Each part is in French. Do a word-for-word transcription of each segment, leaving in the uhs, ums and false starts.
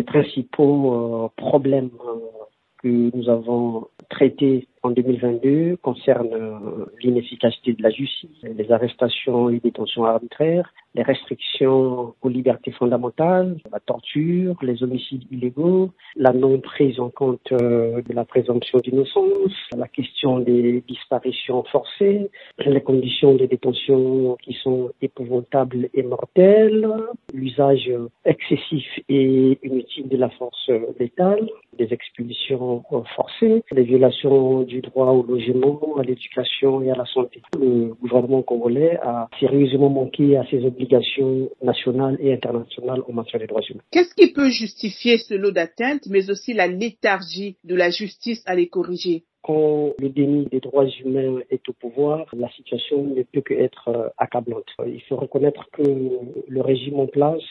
principaux euh, problèmes euh, que nous avons traités en deux mille vingt-deux concernent euh, l'inefficacité de la justice, les arrestations et détentions arbitraires, les restrictions aux libertés fondamentales, la torture, les homicides illégaux, la non-prise en compte euh, de la présomption d'innocence, la question des disparitions forcées, les conditions de détention qui sont épouvantables et mortelles, l'usage excessif et inutile de la force létale, des expulsions forcées, les violations du droit au logement, à l'éducation et à la santé. Le gouvernement congolais a sérieusement manqué à ses obligations nationales et internationales en matière des droits humains. Qu'est-ce qui peut justifier ce lot d'atteintes, mais aussi la léthargie de la justice à les corriger? Quand le déni des droits humains est au pouvoir, la situation ne peut qu'être accablante. Il faut reconnaître que le régime en place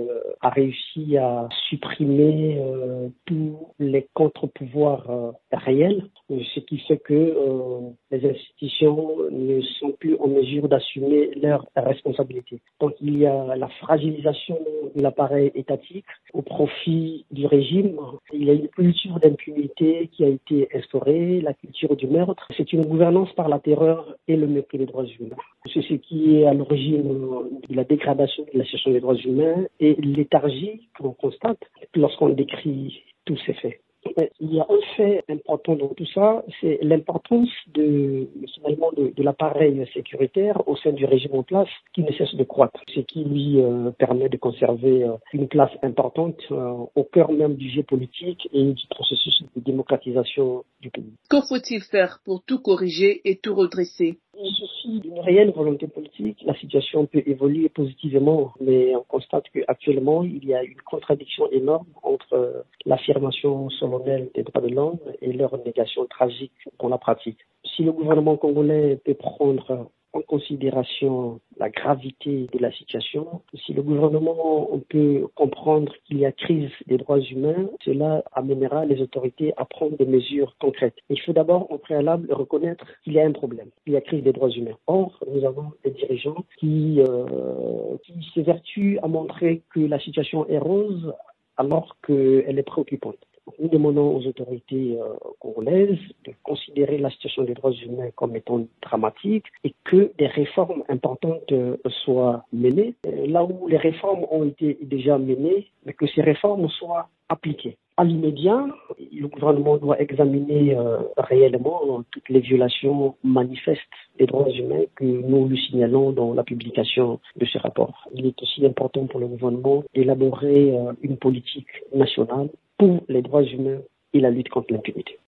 a réussi à supprimer tous les contre-pouvoirs réels, ce qui fait que euh, les institutions ne sont plus en mesure d'assumer leurs responsabilités. Donc il y a la fragilisation de l'appareil étatique au profit du régime. Il y a une culture d'impunité qui a été instaurée, la culture du meurtre. C'est une gouvernance par la terreur et le mépris des droits humains. C'est ce qui est à l'origine de la dégradation de la situation des droits humains et l'éthargie que l'on constate lorsqu'on décrit tous ces faits. Il y a un fait important dans tout ça, c'est l'importance de, finalement, de, de l'appareil sécuritaire au sein du régime en place qui ne cesse de croître, ce qui lui euh, permet de conserver euh, une place importante euh, au cœur même du jeu politique et du processus de démocratisation du pays. Que faut-il faire pour tout corriger et tout redresser? Il suffit d'une réelle volonté politique. La situation peut évoluer positivement, mais on constate qu'actuellement, il y a une contradiction énorme entre l'affirmation solennelle des droits de l'homme et leur négation tragique dans la pratique. Si le gouvernement congolais peut prendre en considération la gravité de la situation, si le gouvernement peut comprendre qu'il y a crise des droits humains, cela amènera les autorités à prendre des mesures concrètes. Il faut d'abord, en préalable, reconnaître qu'il y a un problème, qu'il y a crise des droits humains. Or, nous avons des dirigeants qui, euh, qui s'évertuent à montrer que la situation est rose alors qu'elle est préoccupante. Nous demandons aux autorités euh, congolaises de considérer la situation des droits humains comme étant dramatique et que des réformes importantes euh, soient menées. Euh, là où les réformes ont été déjà menées, mais que ces réformes soient appliquées. À l'immédiat, le gouvernement doit examiner euh, réellement toutes les violations manifestes des droits humains que nous lui signalons dans la publication de ce rapport. Il est aussi important pour le gouvernement d'élaborer euh, une politique nationale pour les droits humains et la lutte contre l'impunité.